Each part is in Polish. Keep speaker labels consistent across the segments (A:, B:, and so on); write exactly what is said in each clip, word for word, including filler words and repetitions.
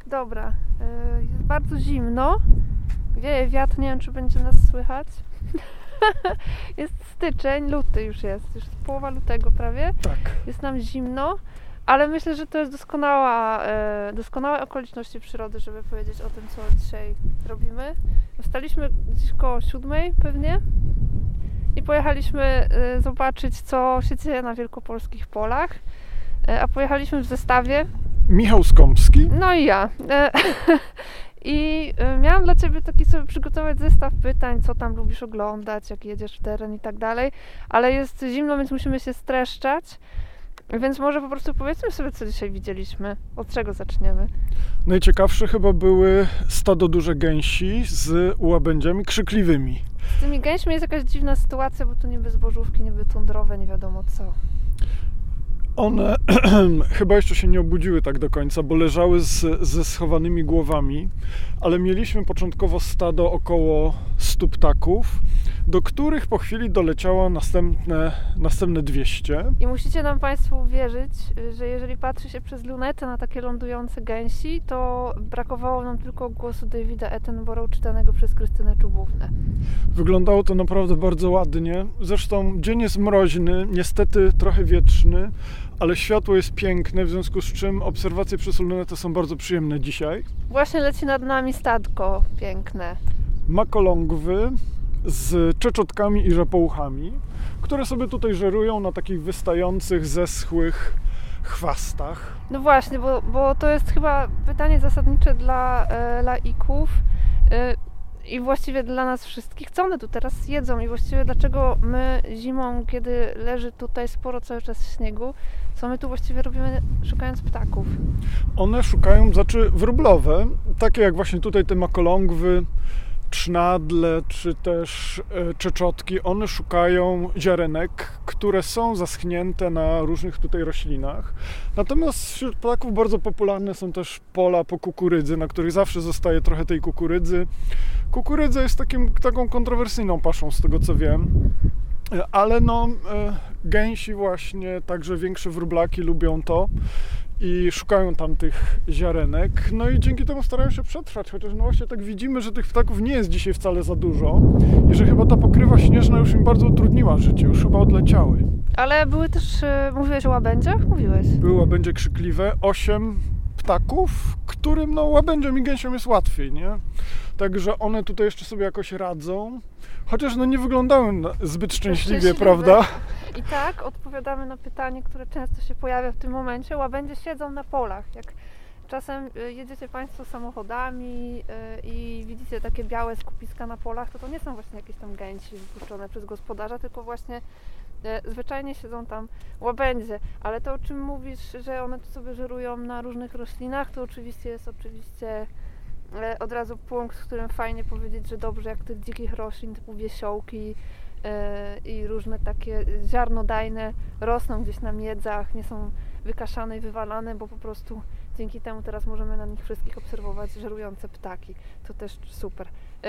A: Dobra. Jest bardzo zimno. Wieje wiatr, nie wiem, czy będzie nas słychać. Jest styczeń, luty już jest. Już jest połowa lutego prawie.
B: Tak.
A: Jest nam zimno, ale myślę, że to jest doskonała, doskonałe okoliczności przyrody, żeby powiedzieć o tym, co dzisiaj robimy. Wstaliśmy gdzieś koło siódmej pewnie i pojechaliśmy zobaczyć, co się dzieje na wielkopolskich polach. A pojechaliśmy w zestawie.
B: Michał Skąpski.
A: No i ja. I miałam dla Ciebie taki sobie przygotować zestaw pytań, co tam lubisz oglądać, jak jedziesz w teren i tak dalej, ale jest zimno, więc musimy się streszczać, więc może po prostu powiedzmy sobie, co dzisiaj widzieliśmy. Od czego zaczniemy?
B: Najciekawsze chyba były stado duże gęsi z łabędziami krzykliwymi.
A: Z tymi gęśmi jest jakaś dziwna sytuacja, bo tu niby zbożówki, niby tundrowe, nie wiadomo co.
B: One chyba jeszcze się nie obudziły tak do końca, bo leżały z, ze schowanymi głowami, ale mieliśmy początkowo stado około stu ptaków, do których po chwili doleciało następne, następne dwieście.
A: I musicie nam Państwo uwierzyć, że jeżeli patrzy się przez lunetę na takie lądujące gęsi, to brakowało nam tylko głosu Davida Attenborough czytanego przez Krystynę Czubównę.
B: Wyglądało to naprawdę bardzo ładnie. Zresztą dzień jest mroźny, niestety trochę wietrzny, ale światło jest piękne, w związku z czym obserwacje przez lunetę są bardzo przyjemne dzisiaj.
A: Właśnie leci nad nami stadko piękne.
B: Makolągwy z czeczotkami i rzepołuchami, które sobie tutaj żerują na takich wystających, zeschłych chwastach.
A: No właśnie, bo, bo to jest chyba pytanie zasadnicze dla e, laików e, i właściwie dla nas wszystkich. Co one tu teraz jedzą i właściwie dlaczego my zimą, kiedy leży tutaj sporo cały czas śniegu, co my tu właściwie robimy, szukając ptaków?
B: One szukają, znaczy wróblowe, takie jak właśnie tutaj te makolągwy, trznadle czy też e, czeczotki, one szukają ziarenek, które są zaschnięte na różnych tutaj roślinach. Natomiast wśród ptaków bardzo popularne są też pola po kukurydzy, na których zawsze zostaje trochę tej kukurydzy. Kukurydza jest takim, taką kontrowersyjną paszą, z tego co wiem. Ale no, e, gęsi właśnie, także większe wróblaki lubią to i szukają tam tych ziarenek, no i dzięki temu starają się przetrwać, chociaż no właśnie tak widzimy, że tych ptaków nie jest dzisiaj wcale za dużo i że chyba ta pokrywa śnieżna już im bardzo utrudniła życie, już chyba odleciały.
A: Ale były też, mówiłeś o łabędziach? Mówiłeś.
B: Były łabędzie krzykliwe, osiem ptaków, którym no łabędziom i gęsiom jest łatwiej, nie? Także one tutaj jeszcze sobie jakoś radzą, chociaż no nie wyglądały zbyt szczęśliwie, szczęśliwe. Prawda?
A: I tak odpowiadamy na pytanie, które często się pojawia w tym momencie. Łabędzie siedzą na polach. Jak czasem jedziecie Państwo samochodami i widzicie takie białe skupiska na polach, to to nie są właśnie jakieś tam gęsi wypuszczone przez gospodarza, tylko właśnie zwyczajnie siedzą tam łabędzie. Ale to, o czym mówisz, że one tu sobie żerują na różnych roślinach, to oczywiście jest oczywiście od razu punkt, w którym fajnie powiedzieć, że dobrze jak tych dzikich roślin typu wiesiołki i różne takie ziarnodajne rosną gdzieś na miedzach, nie są wykaszane i wywalane, bo po prostu dzięki temu teraz możemy na nich wszystkich obserwować żerujące ptaki. To też super.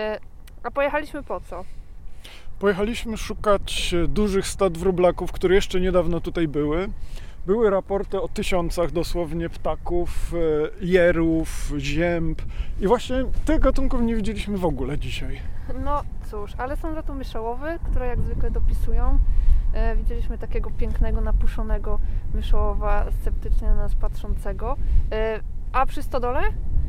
A: A pojechaliśmy po co?
B: Pojechaliśmy szukać dużych stad wróblaków, które jeszcze niedawno tutaj były. Były raporty o tysiącach dosłownie ptaków, jerów, zięb i właśnie tych gatunków nie widzieliśmy w ogóle dzisiaj.
A: No cóż, ale są za to myszołowy, które jak zwykle dopisują. E, widzieliśmy takiego pięknego, napuszonego myszołowa sceptycznie na nas patrzącego. E, a przy stodole?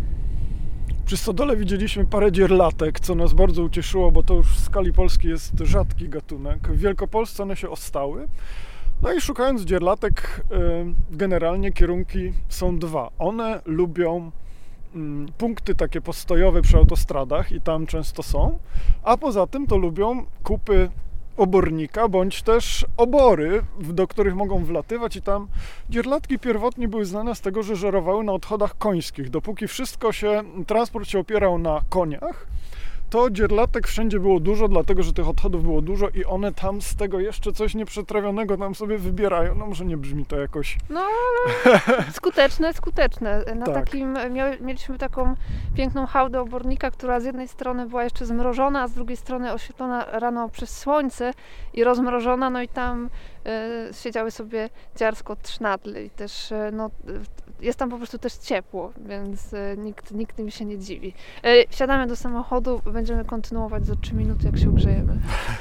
B: Przy stodole widzieliśmy parę dzierlatek, co nas bardzo ucieszyło, bo to już w skali polskiej jest rzadki gatunek. W Wielkopolsce one się ostały. No i szukając dzierlatek, generalnie kierunki są dwa. One lubią punkty takie postojowe przy autostradach i tam często są, a poza tym to lubią kupy obornika, bądź też obory, do których mogą wlatywać i tam dzierlatki pierwotnie były znane z tego, że żerowały na odchodach końskich. Dopóki wszystko się, transport się opierał na koniach, to dzierlatek wszędzie było dużo, dlatego że tych odchodów było dużo i one tam z tego jeszcze coś nieprzetrawionego tam sobie wybierają. No może nie brzmi to jakoś...
A: No ale skuteczne, skuteczne. Na
B: tak.
A: takim, mieliśmy taką piękną hałdę obornika, która z jednej strony była jeszcze zmrożona, a z drugiej strony oświetlona rano przez słońce i rozmrożona, no i tam e, siedziały sobie dziarsko trznadle i też e, no, jest tam po prostu też ciepło, więc e, nikt, nikt mi się nie dziwi. E, siadamy do samochodu, będziemy kontynuować za trzy minuty, jak się ugrzejemy.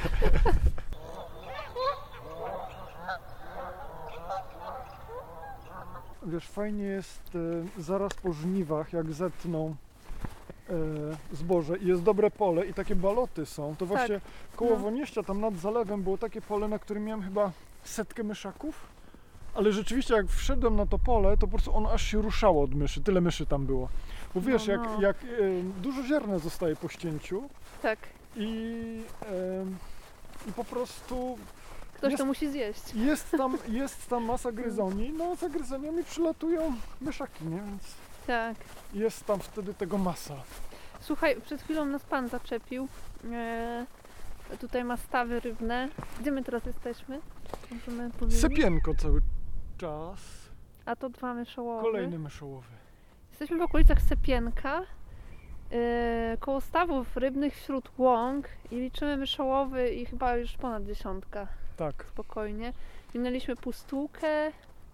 B: Wiesz, fajnie jest e, zaraz po żniwach, jak zetną e, zboże i jest dobre pole i takie baloty są, to właśnie koło
A: no.
B: Wonieścia, tam nad zalewem było takie pole, na którym miałem chyba setkę myszaków, ale rzeczywiście jak wszedłem na to pole, to po prostu ono aż się ruszało od myszy, tyle myszy tam było. Bo wiesz,
A: No,
B: jak,
A: no.
B: jak e, dużo ziarna zostaje po ścięciu
A: Tak,
B: i, e, i po prostu
A: ktoś
B: jest,
A: to musi zjeść.
B: jest, tam, jest tam masa gryzoni, no a za gryzoniami przylatują myszaki, nie? Więc
A: Tak.
B: jest tam wtedy tego masa.
A: Słuchaj, przed chwilą nas pan zaczepił. E, tutaj ma stawy rybne. Gdzie my teraz jesteśmy? Możemy powiedzieć?
B: Sepienko cały czas,
A: A to dwa myszołowy.
B: kolejny myszołowy.
A: Jesteśmy w okolicach Sepienka, e, koło stawów rybnych wśród łąk i liczymy myszołowy i chyba już ponad dziesiątka.
B: Tak,
A: Spokojnie. Minęliśmy pustułkę.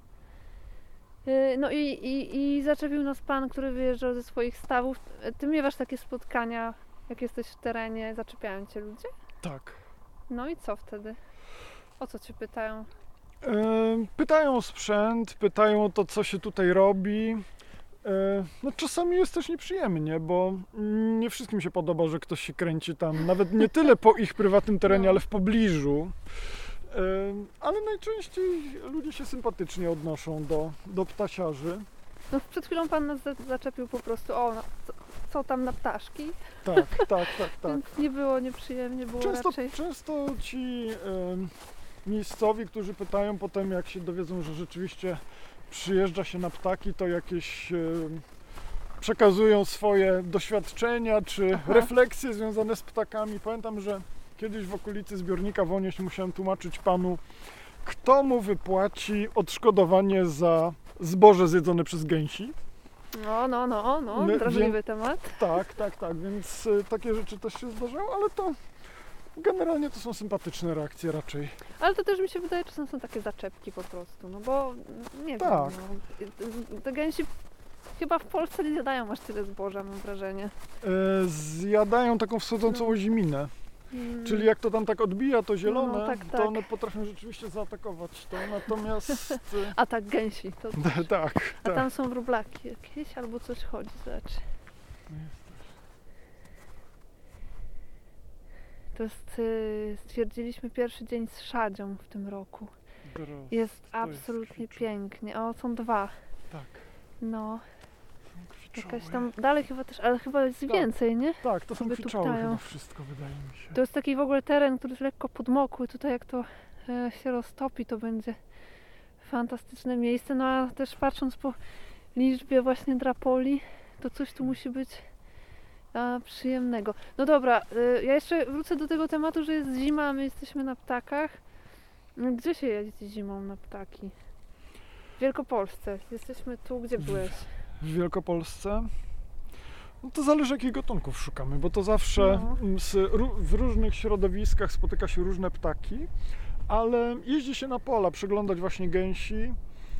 A: E, no i, i, i zaczepił nas pan, który wyjeżdżał ze swoich stawów. E, Ty miewasz takie spotkania, jak jesteś w terenie, zaczepiają cię ludzie?
B: tak.
A: No i co wtedy? O co cię pytają?
B: E, pytają o sprzęt, pytają o to, co się tutaj robi. E, no czasami jest też nieprzyjemnie, bo mm, nie wszystkim się podoba, że ktoś się kręci tam, nawet nie tyle po ich prywatnym terenie,
A: No.
B: ale w pobliżu. E, ale najczęściej ludzie się sympatycznie odnoszą do, do ptasiarzy.
A: No przed chwilą pan nas za- zaczepił po prostu, o, no, co, co tam na ptaszki,
B: Tak, tak, tak, tak.
A: więc nie było nieprzyjemnie, było
B: Często,
A: raczej...
B: często ci em, miejscowi, którzy pytają potem, jak się dowiedzą, że rzeczywiście przyjeżdża się na ptaki, to jakieś em, przekazują swoje doświadczenia czy
A: Aha.
B: refleksje związane z ptakami. Pamiętam, że kiedyś w okolicy zbiornika Wonieś musiałem tłumaczyć panu, kto mu wypłaci odszkodowanie za zboże zjedzone przez gęsi.
A: No, no, no, no,
B: My-
A: drażliwy temat.
B: Tak, tak, tak, więc y, takie rzeczy też się zdarzają, ale to generalnie to są sympatyczne reakcje raczej.
A: Ale to też mi się wydaje, że czasem są takie zaczepki po prostu, no bo nie
B: Tak.
A: wiem, no, te gęsi chyba w Polsce nie zjadają aż tyle zboża, mam wrażenie.
B: E, zjadają taką wschodzącą
A: No.
B: oziminę,
A: Mm,
B: czyli jak to tam tak odbija to zielone,
A: no, tak, tak.
B: to one potrafią rzeczywiście zaatakować to, natomiast y,
A: A tak, gęsi, to...
B: tak,
A: A
B: tak.
A: tam są wróblaki jakieś, albo coś chodzi, zobacz. To jest, y, stwierdziliśmy pierwszy dzień z szadzią w tym roku.
B: Teraz,
A: Jest
B: to jest
A: absolutnie
B: kwiczu.
A: pięknie. O, są dwa.
B: tak,
A: No,
B: są kwiczoły.
A: jakaś tam dalej chyba też, ale chyba jest
B: Tak.
A: więcej, nie?
B: Tak, to są
A: sobie tu
B: kwiczoły
A: ptają.
B: chyba wszystko, wydaje mi się.
A: To jest taki w ogóle teren, który jest lekko podmokły. Tutaj jak to e, się roztopi, to będzie fantastyczne miejsce. No a też patrząc po liczbie właśnie drapoli, to coś tu musi być a, przyjemnego. No dobra, y, ja jeszcze wrócę do tego tematu, że jest zima, a my jesteśmy na ptakach. Gdzie się jeździ zimą na ptaki? W Wielkopolsce. Jesteśmy tu, gdzie byłeś?
B: W Wielkopolsce. No to zależy, jakich gatunków szukamy, bo to zawsze
A: No.
B: mm, z, ró- w różnych środowiskach spotyka się różne ptaki, ale jeździ się na pola, przyglądać właśnie gęsi e,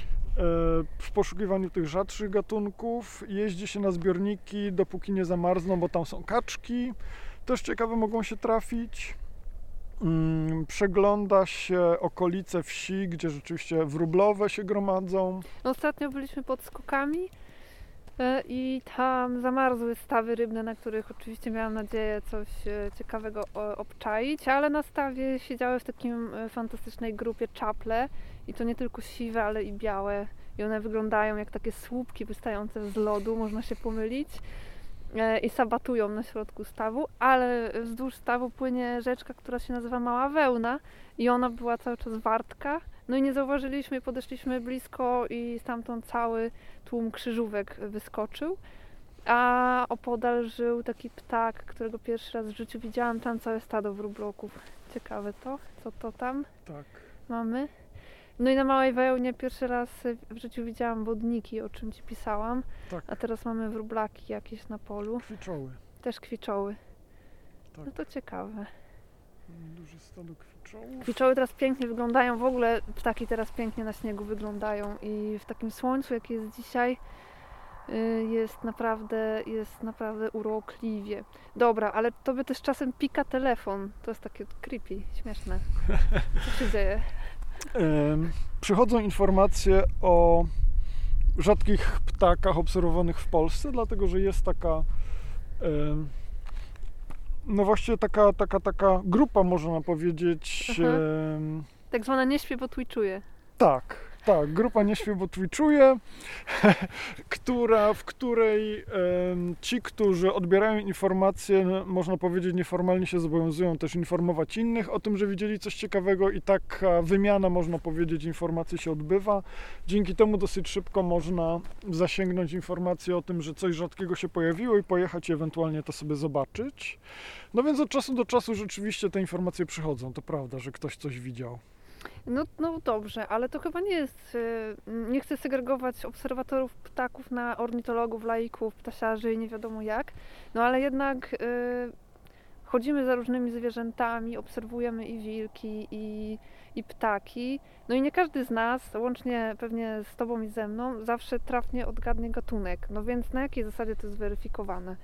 B: w poszukiwaniu tych rzadszych gatunków, jeździ się na zbiorniki, dopóki nie zamarzną, bo tam są kaczki, też ciekawe mogą się trafić. Mm, Przegląda się okolice wsi, gdzie rzeczywiście wróblowe się gromadzą.
A: No, ostatnio byliśmy pod skokami e, i tam zamarzły stawy rybne, na których oczywiście miałam nadzieję coś e, ciekawego o, obczaić, ale na stawie siedziały w takim e, fantastycznej grupie czaple i to nie tylko siwe, ale i białe i one wyglądają jak takie słupki wystające z lodu, można się pomylić e, i sabatują na środku stawu, ale wzdłuż stawu płynie rzeczka, która się nazywa Mała Wełna i ona była cały czas wartka. No i nie zauważyliśmy, podeszliśmy blisko i stamtąd cały tłum krzyżówek wyskoczył. A opodal żył taki ptak, którego pierwszy raz w życiu widziałam, tam całe stado wróbloków. Ciekawe to, co to tam
B: Tak.
A: mamy. No i na Małej Wełnie pierwszy raz w życiu widziałam wodniki, o czym ci pisałam.
B: Tak.
A: A teraz mamy wróblaki jakieś na polu.
B: Kwiczoły.
A: Też kwiczoły.
B: Tak.
A: No to ciekawe.
B: Duże stado kwiczołów.
A: Kwiczoły teraz pięknie wyglądają, w ogóle ptaki teraz pięknie na śniegu wyglądają i w takim słońcu, jakie jest dzisiaj, jest naprawdę, jest naprawdę urokliwie. Dobra, ale tobie też czasem pika telefon. To jest takie creepy, śmieszne. Co się dzieje?
B: Ym, przychodzą informacje o rzadkich ptakach obserwowanych w Polsce, dlatego że jest taka ym, no właściwie taka, taka, taka grupa, można powiedzieć. Ym,
A: tak zwana nie śpię, bo twitchuje.
B: Tak. Tak, grupa Nie śpię, bo twitchuje, która, w której e, ci, którzy odbierają informacje, no, można powiedzieć nieformalnie się zobowiązują też informować innych o tym, że widzieli coś ciekawego i taka wymiana, można powiedzieć, informacji się odbywa. Dzięki temu dosyć szybko można zasięgnąć informacji o tym, że coś rzadkiego się pojawiło i pojechać i ewentualnie to sobie zobaczyć. No więc od czasu do czasu rzeczywiście te informacje przychodzą, to prawda, że ktoś coś widział.
A: No, no dobrze, ale to chyba nie jest, nie chcę segregować obserwatorów ptaków na ornitologów, laików, ptasiarzy i nie wiadomo jak, no ale jednak y, chodzimy za różnymi zwierzętami, obserwujemy i wilki, i, i ptaki, no i nie każdy z nas, łącznie pewnie z tobą i ze mną, zawsze trafnie odgadnie gatunek, no więc na jakiej zasadzie to jest weryfikowane?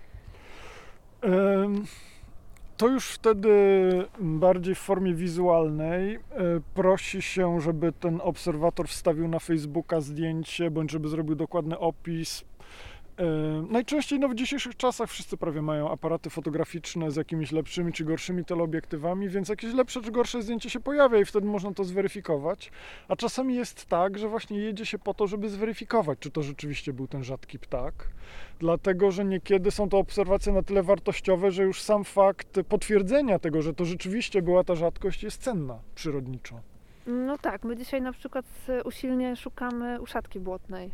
B: Um. To już wtedy bardziej w formie wizualnej prosi się, żeby ten obserwator wstawił na Facebooka zdjęcie, bądź żeby zrobił dokładny opis. Najczęściej no, w dzisiejszych czasach wszyscy prawie mają aparaty fotograficzne z jakimiś lepszymi czy gorszymi teleobiektywami, więc jakieś lepsze czy gorsze zdjęcie się pojawia i wtedy można to zweryfikować. A czasami jest tak, że właśnie jedzie się po to, żeby zweryfikować, czy to rzeczywiście był ten rzadki ptak. Dlatego, że niekiedy są to obserwacje na tyle wartościowe, że już sam fakt potwierdzenia tego, że to rzeczywiście była ta rzadkość, jest cenna przyrodniczo.
A: No tak, my dzisiaj na przykład usilnie szukamy uszatki błotnej.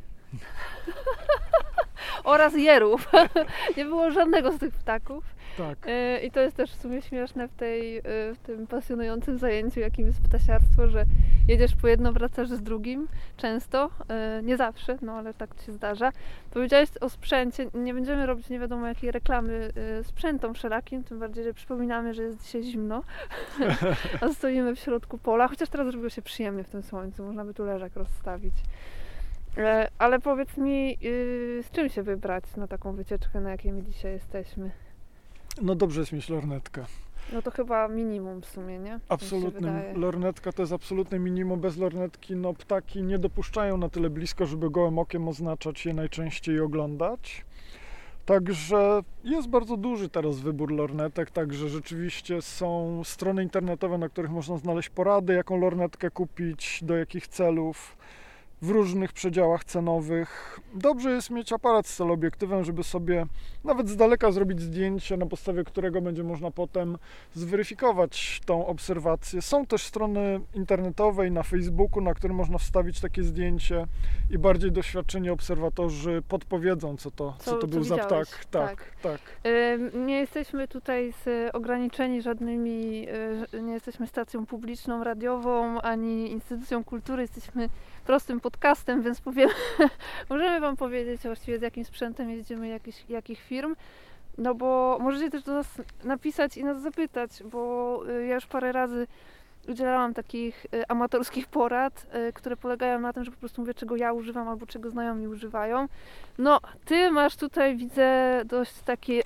A: Oraz jerów. Nie było żadnego z tych ptaków.
B: Tak.
A: I to jest też w sumie śmieszne w, tej, w tym pasjonującym zajęciu, jakim jest ptasiarstwo, że jedziesz po jedno, wracasz z drugim. Często. Nie zawsze, no ale tak się zdarza. Powiedziałeś o sprzęcie. Nie będziemy robić nie wiadomo jakiej reklamy sprzętom wszelakim, tym bardziej, że przypominamy, że jest dzisiaj zimno. A stoimy w środku pola, chociaż teraz zrobiło się przyjemnie w tym słońcu. Można by tu leżak rozstawić. Ale powiedz mi, yy, z czym się wybrać na taką wycieczkę, na jakiej my dzisiaj jesteśmy?
B: No dobrze jest mieć lornetkę.
A: No to chyba minimum w sumie, nie?
B: Absolutnie. Lornetka to jest absolutne minimum. Bez lornetki no, ptaki nie dopuszczają na tyle blisko, żeby gołym okiem oznaczać je najczęściej i oglądać. Także jest bardzo duży teraz wybór lornetek, także rzeczywiście są strony internetowe, na których można znaleźć porady, jaką lornetkę kupić, do jakich celów. W różnych przedziałach cenowych. Dobrze jest mieć aparat z teleobiektywem, żeby sobie nawet z daleka zrobić zdjęcie, na podstawie którego będzie można potem zweryfikować tą obserwację. Są też strony internetowe i na Facebooku, na którym można wstawić takie zdjęcie i bardziej doświadczeni obserwatorzy podpowiedzą, co to, co, co to był za ptak. Tak, tak. tak.
A: Yy, nie jesteśmy tutaj z ograniczeni żadnymi, yy, nie jesteśmy stacją publiczną, radiową, ani instytucją kultury, jesteśmy prostym podcastem, więc powiem, możemy wam powiedzieć właściwie z jakim sprzętem jeździmy, jakich, jakich firm, no bo możecie też do nas napisać i nas zapytać, bo ja już parę razy udzielałam takich amatorskich porad, które polegają na tym, że po prostu mówię, czego ja używam albo czego znajomi używają. No, ty masz tutaj, widzę, dość taki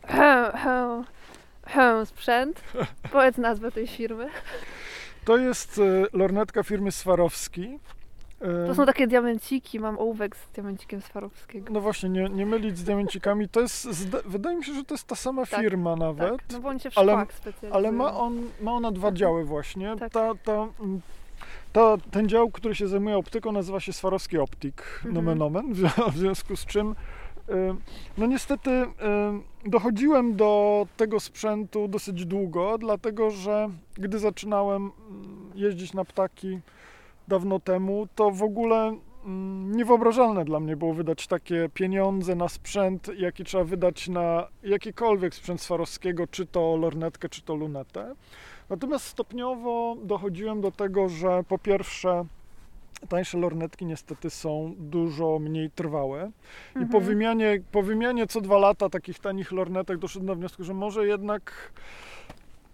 A: sprzęt. Powiedz nazwę tej firmy.
B: To jest lornetka firmy Swarowski.
A: To są takie diamenciki, mam ołówek z diamencikiem Swarowskiego.
B: No właśnie, nie, nie mylić z diamencikami. To jest, wydaje mi się, że to jest ta sama tak, firma nawet.
A: Tak, no bo on się w szkłach specjalizuje.
B: Ale ma, on, ma ona dwa działy właśnie.
A: Tak.
B: Ta, ta, ta, ten dział, który się zajmuje optyką, nazywa się Swarowski Optik, mhm. nomen omen, w związku z czym no niestety dochodziłem do tego sprzętu dosyć długo, dlatego że gdy zaczynałem jeździć na ptaki dawno temu, to w ogóle niewyobrażalne dla mnie było wydać takie pieniądze na sprzęt, jaki trzeba wydać na jakikolwiek sprzęt Swarowskiego, czy to lornetkę, czy to lunetę. Natomiast stopniowo dochodziłem do tego, że po pierwsze tańsze lornetki niestety są dużo mniej trwałe mhm. i po wymianie, po wymianie co dwa lata takich tanich lornetek doszedłem do wniosku, że może jednak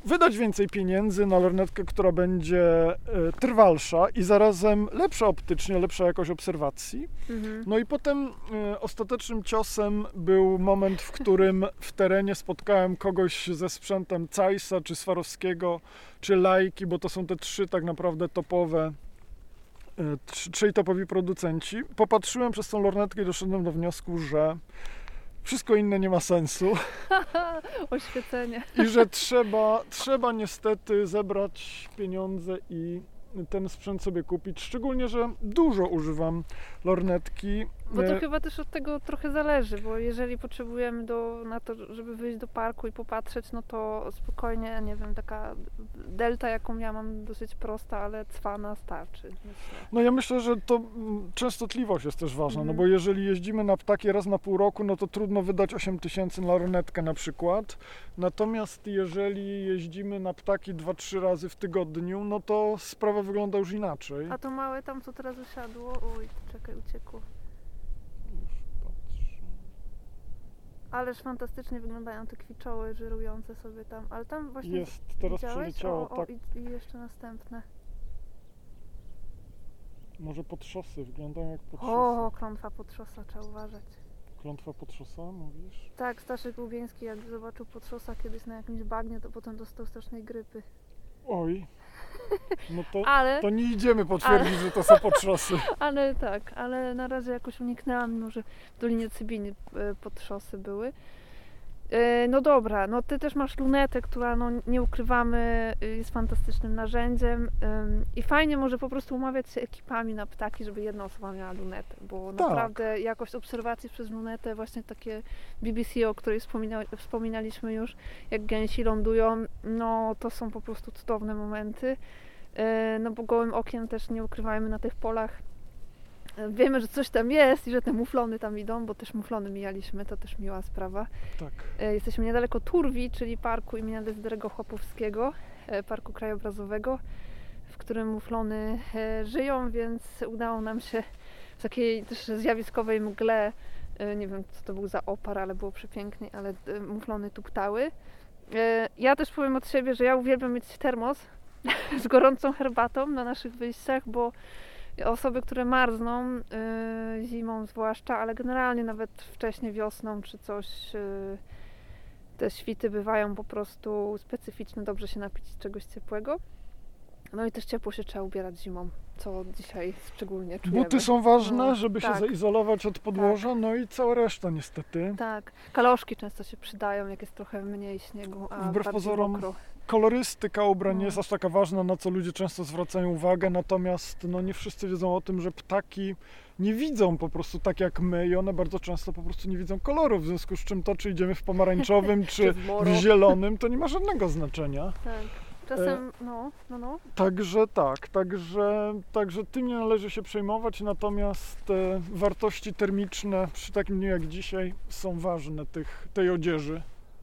B: wydać więcej pieniędzy na lornetkę, która będzie e, trwalsza i zarazem lepsza optycznie, lepsza jakość obserwacji.
A: Mhm.
B: No i potem e, ostatecznym ciosem był moment, w którym w terenie spotkałem kogoś ze sprzętem Zeissa, czy Swarowskiego, czy Leica, bo to są te trzy tak naprawdę topowe, e, trzy, trzej topowi producenci. Popatrzyłem przez tą lornetkę i doszedłem do wniosku, że wszystko inne nie ma sensu.
A: Oświecenie.
B: I że trzeba, trzeba niestety zebrać pieniądze i ten sprzęt sobie kupić. Szczególnie, że dużo używam lornetki.
A: Bo to
B: E,
A: chyba też od tego trochę zależy, bo jeżeli potrzebujemy do, na to, żeby wyjść do parku i popatrzeć, no to spokojnie, nie wiem, taka delta, jaką ja mam, dosyć prosta, ale cwana, starczy. Myślę.
B: No ja myślę, że to mm, częstotliwość jest też ważna, no
A: Mhm.
B: bo jeżeli jeździmy na ptaki raz na pół roku, no to trudno wydać osiem tysięcy na lornetkę na przykład. Natomiast jeżeli jeździmy na ptaki dwa trzy razy w tygodniu, no to sprawa wygląda już inaczej.
A: A to małe tam, co teraz usiadło, oj, czekaj, uciekło. Ależ fantastycznie wyglądają te kwiczoły żyrujące sobie tam, ale tam właśnie
B: Jest, teraz
A: widziałeś?
B: przeleciało,
A: o, o,
B: tak.
A: i, i jeszcze następne.
B: Może potrzosy, wyglądają jak potrzosy.
A: O, klątwa potrzosa, trzeba uważać.
B: Klątwa potrzosa, mówisz?
A: Tak, Staszek Łubieński, jak zobaczył potrzosa kiedyś na jakimś bagnie, to potem dostał strasznej grypy.
B: Oj, no to,
A: Ale,
B: to nie idziemy potwierdzić, że to są potrzosy.
A: ale tak, ale na razie jakoś uniknęłam, mimo że w Dolinie Cybiny e, potrzosy były. E, No dobra, no ty też masz lunetę, która, no nie ukrywamy, y, jest fantastycznym narzędziem ym, i fajnie może po prostu umawiać się ekipami na ptaki, żeby jedna osoba miała lunetę, bo
B: Tak.
A: naprawdę jakość obserwacji przez lunetę, właśnie takie B B C, o której wspomina, wspominaliśmy już, jak gęsi lądują, no to są po prostu cudowne momenty. E, No bo gołym okiem też nie ukrywajmy na tych polach. e, Wiemy, że coś tam jest i że te muflony tam idą, bo też muflony mijaliśmy, to też miła sprawa.
B: Tak.
A: E, Jesteśmy niedaleko Turwi, czyli parku imienia Dezydorego Chłopowskiego, e, parku krajobrazowego, w którym muflony e, żyją, więc udało nam się w takiej też zjawiskowej mgle, e, nie wiem co to był za opar, ale było przepięknie, ale e, muflony tu ptały. E, Ja też powiem od siebie, że ja uwielbiam mieć termos z gorącą herbatą na naszych wyjściach, bo osoby, które marzną, y, zimą zwłaszcza, ale generalnie nawet wcześniej wiosną czy coś, y, te świty bywają po prostu specyficzne, dobrze się napić czegoś ciepłego. No i też ciepło się trzeba ubierać zimą, co dzisiaj szczególnie czujemy.
B: Buty są ważne,
A: No,
B: żeby się
A: tak.
B: zaizolować od podłoża, no i cała reszta niestety.
A: Tak, kaloszki często się przydają, jak jest trochę mniej śniegu, a
B: Wbrew
A: bardziej
B: pozorom
A: mokro.
B: Kolorystyka ubrań nie
A: No.
B: jest aż taka ważna, na co ludzie często zwracają uwagę, natomiast no, nie wszyscy wiedzą o tym, że ptaki nie widzą po prostu tak jak my i one bardzo często po prostu nie widzą kolorów, w związku z czym to, czy idziemy w pomarańczowym, czy
A: w moro.
B: w zielonym, to nie ma żadnego znaczenia.
A: Tak. Czasem, no, no, no.
B: Także tak, także, także tym nie należy się przejmować, natomiast e, wartości termiczne przy takim dniu jak dzisiaj są ważne tych, tej odzieży.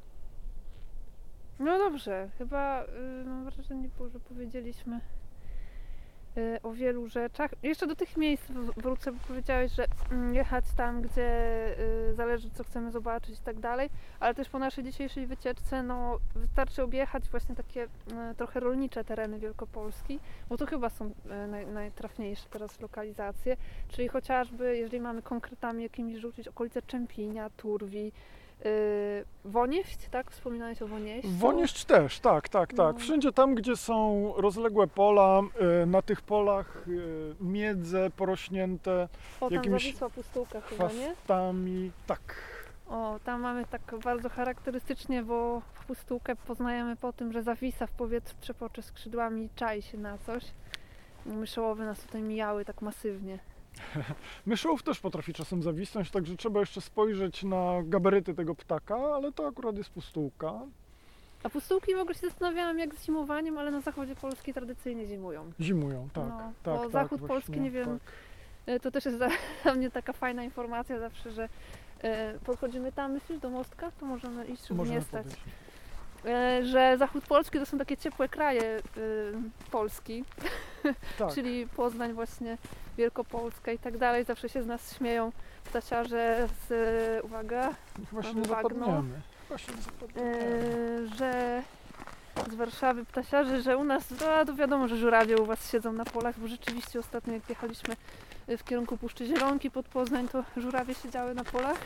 A: No dobrze, chyba y, mam wrażenie, że powiedzieliśmy y, o wielu rzeczach. Jeszcze do tych miejsc w- wrócę, bo powiedziałeś, że mm, jechać tam, gdzie y, zależy, co chcemy zobaczyć i tak dalej, ale też po naszej dzisiejszej wycieczce, no wystarczy objechać właśnie takie y, trochę rolnicze tereny Wielkopolski, bo to chyba są y, naj, najtrafniejsze teraz lokalizacje, czyli chociażby, jeżeli mamy konkretami jakimiś rzucić, okolice Czempinia, Turwi, y, Wonieść, tak? Wspominałeś o Wonieściu.
B: Wonieść też, tak, tak, tak.
A: No.
B: Wszędzie tam, gdzie są rozległe pola, e, na tych polach e, miedze porośnięte
A: O, tam
B: jakimiś
A: zawisła pustułka chyba, nie?
B: chwastami, tak.
A: O, tam mamy tak bardzo charakterystycznie, bo pustułkę poznajemy po tym, że zawisa w powietrzu, trzepocze skrzydłami i czai się na coś. Myszołowy nas tutaj mijały tak masywnie.
B: Myszołów też potrafi czasem zawisnąć, także trzeba jeszcze spojrzeć na gabaryty tego ptaka, ale to akurat jest pustułka.
A: A pustułki w ogóle się zastanawiałam jak z zimowaniem, ale na zachodzie Polski tradycyjnie zimują.
B: Zimują, tak,
A: No,
B: tak,
A: bo
B: tak.
A: zachód
B: właśnie,
A: Polski, nie wiem,
B: tak.
A: E, To też jest dla dla mnie taka fajna informacja zawsze, że e, podchodzimy tam, myślisz, do mostka, to możemy iść, żeby
B: Możemy
A: nie stać.
B: podejść.
A: E, Że zachód Polski to są takie ciepłe kraje e, Polski,
B: Tak.
A: czyli Poznań właśnie, Wielkopolska i tak dalej. Zawsze się z nas śmieją ptasiarze z, e, uwaga,
B: Chyba się
A: mam
B: nie
A: bagno.
B: zapadniemy. Chyba się nie zapadniemy.
A: e, że z Warszawy ptasiarzy, że u nas, no to wiadomo, że żurawie u was siedzą na polach, bo rzeczywiście ostatnio jak jechaliśmy w kierunku Puszczy Zielonki pod Poznań, to żurawie siedziały na polach.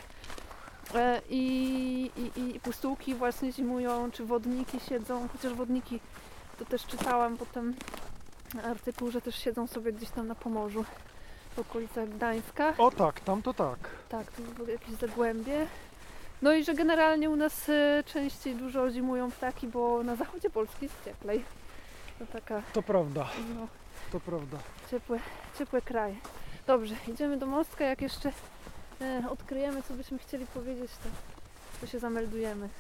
A: I, i, i pustułki właśnie zimują, czy wodniki siedzą, chociaż wodniki to też czytałam potem artykuł, że też siedzą sobie gdzieś tam na Pomorzu, w okolicach Gdańska.
B: O tak, tam to tak.
A: Tak, to było jakieś zagłębie. No i że generalnie u nas y, częściej dużo zimują ptaki, bo na zachodzie Polski jest cieplej. To taka,
B: To prawda,
A: no,
B: to prawda.
A: ciepłe, ciepłe kraje. Dobrze, idziemy do mostka, jak jeszcze e, odkryjemy, co byśmy chcieli powiedzieć, to, to się zameldujemy.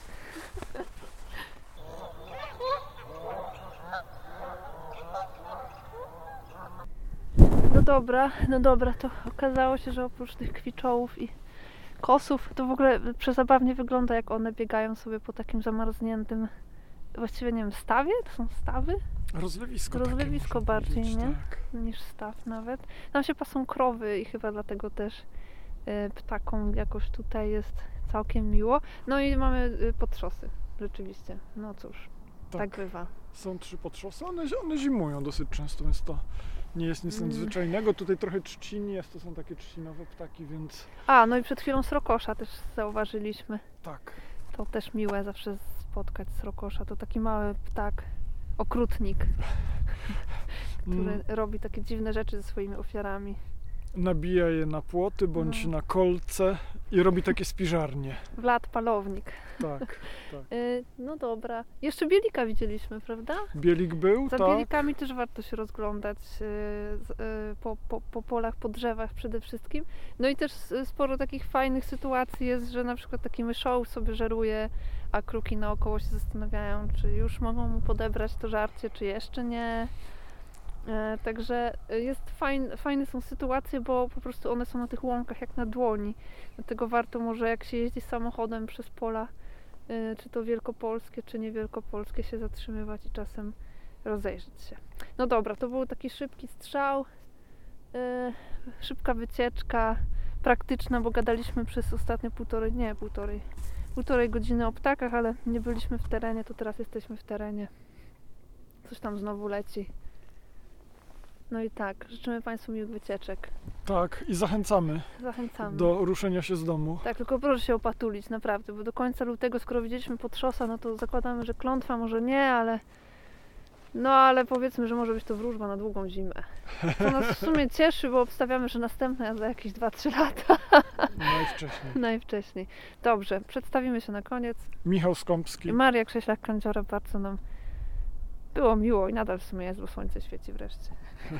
A: No dobra, no dobra, to okazało się, że oprócz tych kwiczołów i kosów, to w ogóle przezabawnie wygląda, jak one biegają sobie po takim zamarzniętym, właściwie nie wiem, stawie? To są stawy?
B: Rozlewisko
A: Rozlewisko
B: takie,
A: bardziej,
B: można
A: nie?
B: powiedzieć, tak.
A: Niż staw nawet. Tam się pasą krowy i chyba dlatego też y, ptakom jakoś tutaj jest całkiem miło. No i mamy y, potrzosy, rzeczywiście. No cóż, tak,
B: Tak.
A: tak bywa.
B: Są trzy potrzosy, one, one zimują dosyć często, więc to nie jest nic
A: Mm.
B: nadzwyczajnego. Tutaj trochę trzcin jest, to są takie trzcinowe ptaki, więc
A: A, no i przed chwilą srokosza też zauważyliśmy.
B: tak.
A: To też miłe zawsze spotkać srokosza. To taki mały ptak, okrutnik, który
B: Mm,
A: robi takie dziwne rzeczy ze swoimi ofiarami.
B: Nabija je na płoty bądź
A: No.
B: na kolce i robi takie spiżarnie.
A: Wlad palownik.
B: Tak, tak.
A: Y, no dobra. Jeszcze bielika widzieliśmy, prawda?
B: Bielik był,
A: Za
B: tak.
A: bielikami też warto się rozglądać y, z, y, po, po, po polach, po drzewach przede wszystkim. No i też y, sporo takich fajnych sytuacji jest, że na przykład taki myszołów sobie żeruje, a kruki naokoło się zastanawiają, czy już mogą mu podebrać to żarcie, czy jeszcze nie. E, Także jest fajn, fajne są sytuacje, bo po prostu one są na tych łąkach jak na dłoni. Dlatego warto może, jak się jeździ samochodem przez pola, y, czy to wielkopolskie, czy niewielkopolskie, się zatrzymywać i czasem rozejrzeć się. No dobra, to był taki szybki strzał, y, szybka wycieczka, praktyczna, bo gadaliśmy przez ostatnie półtorej, nie półtorej, półtorej godziny o ptakach, ale nie byliśmy w terenie, to teraz jesteśmy w terenie. Coś tam znowu leci. No i tak, życzymy Państwu miłych wycieczek.
B: Tak, i zachęcamy
A: Zachęcamy.
B: do ruszenia się z domu.
A: Tak, tylko proszę się opatulić, naprawdę, bo do końca lutego, skoro widzieliśmy potrzosa, no to zakładamy, że klątwa może nie, ale no ale powiedzmy, że może być to wróżba na długą zimę. To nas w sumie cieszy, bo obstawiamy, że następna za jakieś dwa trzy lata
B: Najwcześniej.
A: najwcześniej. Dobrze, przedstawimy się na koniec.
B: Michał Skąpski.
A: Maria Krześlak-Kędziora, bardzo nam było miło i nadal w sumie jest, bo słońce świeci wreszcie.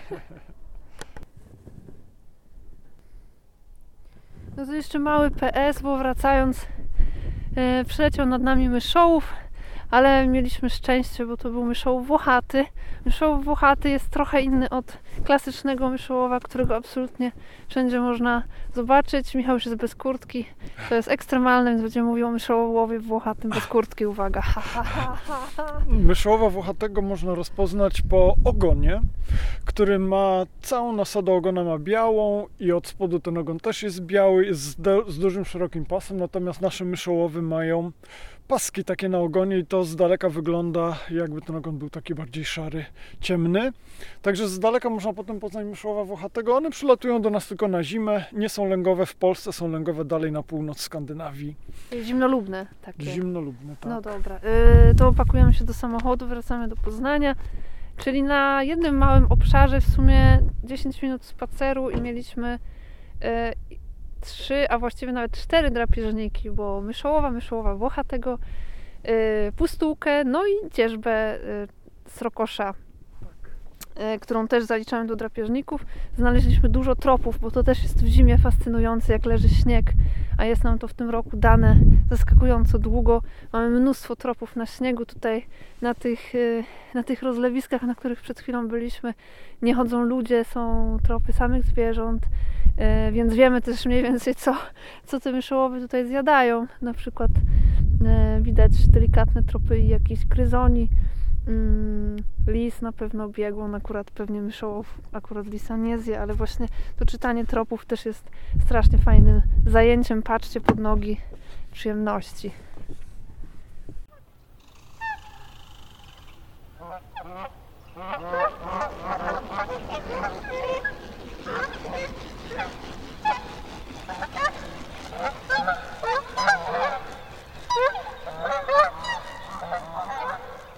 A: No to jeszcze mały P S, bo wracając e, przeleciał nad nami myszołów, ale mieliśmy szczęście, bo to był myszołów włochaty. Myszołów włochaty jest trochę inny od klasycznego myszołowa, którego absolutnie wszędzie można zobaczyć. Michał już jest bez kurtki, to jest ekstremalne, więc będziemy mówił o myszołowie włochatym bez kurtki, uwaga. Ha, ha, ha, ha, ha.
B: Myszołowa włochatego można rozpoznać po ogonie, który ma całą nasadę ogona ma białą i od spodu ten ogon też jest biały, jest z, de, z dużym, szerokim pasem, natomiast nasze myszołowy mają paski takie na ogonie i to z daleka wygląda, jakby ten ogon był taki bardziej szary, ciemny. Także z daleka można potem poznać myszołowa włochatego. One przylatują do nas tylko na zimę, nie są lęgowe w Polsce, są lęgowe dalej na północ Skandynawii.
A: Zimnolubne takie.
B: Zimnolubne, tak.
A: No dobra, yy, to opakujemy się do samochodu, wracamy do Poznania, czyli na jednym małym obszarze w sumie dziesięć minut spaceru i mieliśmy yy, trzy, a właściwie nawet cztery drapieżniki, bo myszołowa, myszołowa włochatego, yy, pustułkę, no i dzierzbę yy, srokosza, yy, którą też zaliczamy do drapieżników. Znaleźliśmy dużo tropów, bo to też jest w zimie fascynujące, jak leży śnieg, a jest nam to w tym roku dane zaskakująco długo. Mamy mnóstwo tropów na śniegu tutaj, na tych, yy, na tych rozlewiskach, na których przed chwilą byliśmy. Nie chodzą ludzie, są tropy samych zwierząt. Yy, więc wiemy też mniej więcej, co, co te myszołowy tutaj zjadają. Na przykład yy, widać delikatne tropy i jakichś gryzoni. Yy, lis na pewno biegłą, akurat pewnie myszołów, akurat lisa nie zje, ale właśnie to czytanie tropów też jest strasznie fajnym zajęciem. Patrzcie pod nogi, przyjemności.